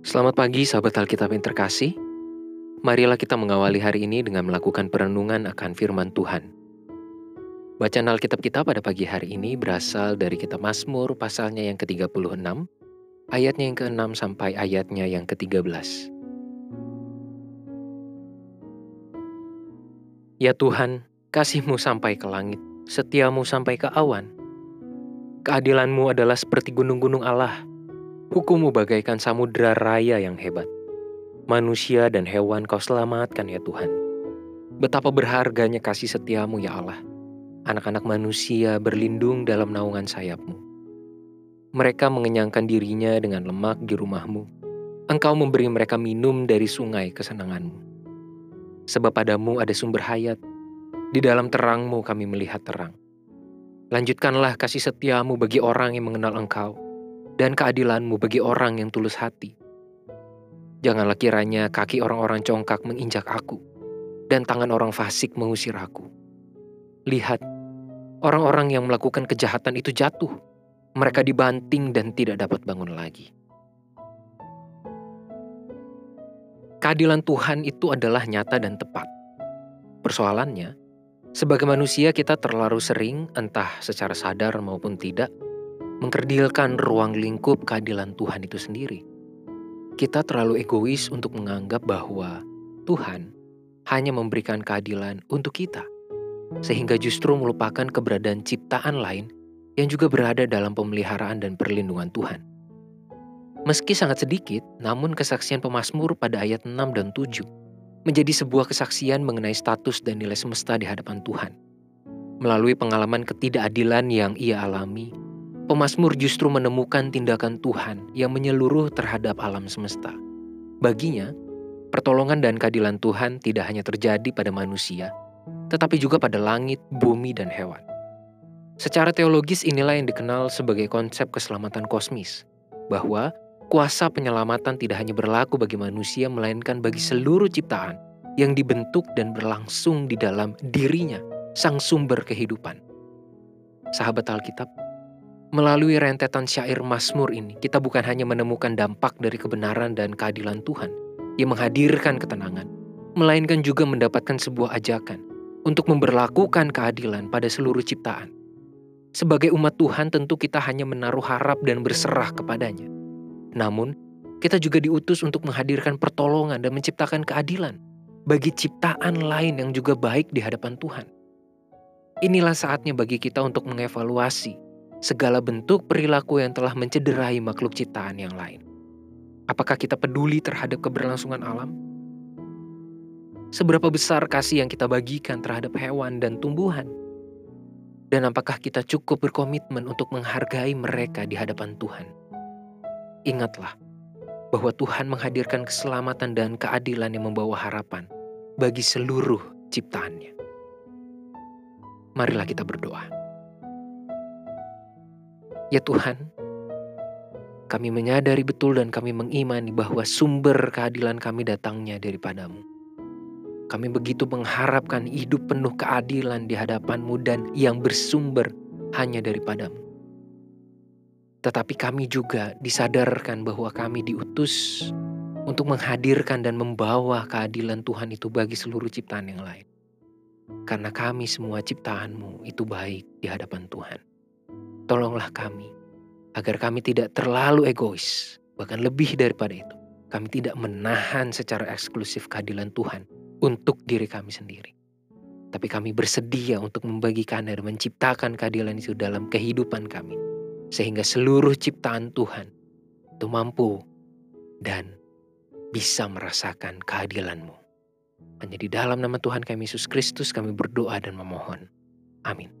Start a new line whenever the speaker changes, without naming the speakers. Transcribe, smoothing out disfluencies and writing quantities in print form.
Selamat pagi sahabat Alkitab yang terkasih. Marilah kita mengawali hari ini dengan melakukan perenungan akan firman Tuhan. Bacaan Alkitab kita pada pagi hari ini berasal dari kitab Mazmur pasalnya yang ke-36, ayatnya yang ke-6 sampai ayatnya yang ke-13. Ya Tuhan, kasih-Mu sampai ke langit, setia-Mu sampai ke awan. Keadilan-Mu adalah seperti gunung-gunung Allah, hukum-Mu bagaikan samudera raya yang hebat. Manusia dan hewan Kau selamatkan ya Tuhan. Betapa berharganya kasih setia-Mu ya Allah. Anak-anak manusia berlindung dalam naungan sayap-Mu. Mereka mengenyangkan dirinya dengan lemak di rumah-Mu. Engkau memberi mereka minum dari sungai kesenangan-Mu. Sebab padamu ada sumber hayat. Di dalam terang-Mu kami melihat terang. Lanjutkanlah kasih setia-Mu bagi orang yang mengenal Engkau, dan keadilan-Mu bagi orang yang tulus hati. Janganlah kiranya kaki orang-orang congkak menginjak aku, dan tangan orang fasik mengusir aku. Lihat, orang-orang yang melakukan kejahatan itu jatuh. Mereka dibanting dan tidak dapat bangun lagi. Keadilan Tuhan itu adalah nyata dan tepat. Persoalannya, sebagai manusia kita terlalu sering, entah secara sadar maupun tidak, mengkerdilkan ruang lingkup keadilan Tuhan itu sendiri. Kita terlalu egois untuk menganggap bahwa Tuhan hanya memberikan keadilan untuk kita, sehingga justru melupakan keberadaan ciptaan lain yang juga berada dalam pemeliharaan dan perlindungan Tuhan. Meski sangat sedikit, namun kesaksian pemazmur pada ayat 6 dan 7 menjadi sebuah kesaksian mengenai status dan nilai semesta di hadapan Tuhan. Melalui pengalaman ketidakadilan yang ia alami, pemazmur justru menemukan tindakan Tuhan yang menyeluruh terhadap alam semesta. Baginya, pertolongan dan keadilan Tuhan tidak hanya terjadi pada manusia, tetapi juga pada langit, bumi, dan hewan. Secara teologis inilah yang dikenal sebagai konsep keselamatan kosmis, bahwa kuasa penyelamatan tidak hanya berlaku bagi manusia, melainkan bagi seluruh ciptaan yang dibentuk dan berlangsung di dalam dirinya, sang sumber kehidupan. Sahabat Alkitab, melalui rentetan syair Mazmur ini, kita bukan hanya menemukan dampak dari kebenaran dan keadilan Tuhan yang menghadirkan ketenangan, melainkan juga mendapatkan sebuah ajakan untuk memberlakukan keadilan pada seluruh ciptaan. Sebagai umat Tuhan tentu kita hanya menaruh harap dan berserah kepadanya. Namun, kita juga diutus untuk menghadirkan pertolongan dan menciptakan keadilan bagi ciptaan lain yang juga baik di hadapan Tuhan. Inilah saatnya bagi kita untuk mengevaluasi segala bentuk perilaku yang telah mencederai makhluk ciptaan yang lain. Apakah kita peduli terhadap keberlangsungan alam? Seberapa besar kasih yang kita bagikan terhadap hewan dan tumbuhan? Dan apakah kita cukup berkomitmen untuk menghargai mereka di hadapan Tuhan? Ingatlah bahwa Tuhan menghadirkan keselamatan dan keadilan yang membawa harapan bagi seluruh ciptaannya. Marilah kita berdoa. Ya Tuhan, kami menyadari betul dan kami mengimani bahwa sumber keadilan kami datangnya daripada-Mu. Kami begitu mengharapkan hidup penuh keadilan di hadapan-Mu dan yang bersumber hanya daripada-Mu. Tetapi kami juga disadarkan bahwa kami diutus untuk menghadirkan dan membawa keadilan Tuhan itu bagi seluruh ciptaan yang lain. Karena kami semua ciptaan-Mu itu baik di hadapan Tuhan. Tolonglah kami agar kami tidak terlalu egois, bahkan lebih daripada itu. Kami tidak menahan secara eksklusif keadilan Tuhan untuk diri kami sendiri. Tapi kami bersedia untuk membagikan dan menciptakan keadilan itu dalam kehidupan kami. Sehingga seluruh ciptaan Tuhan itu mampu dan bisa merasakan keadilan-Mu. Hanya di dalam nama Tuhan kami Yesus Kristus kami berdoa dan memohon. Amin.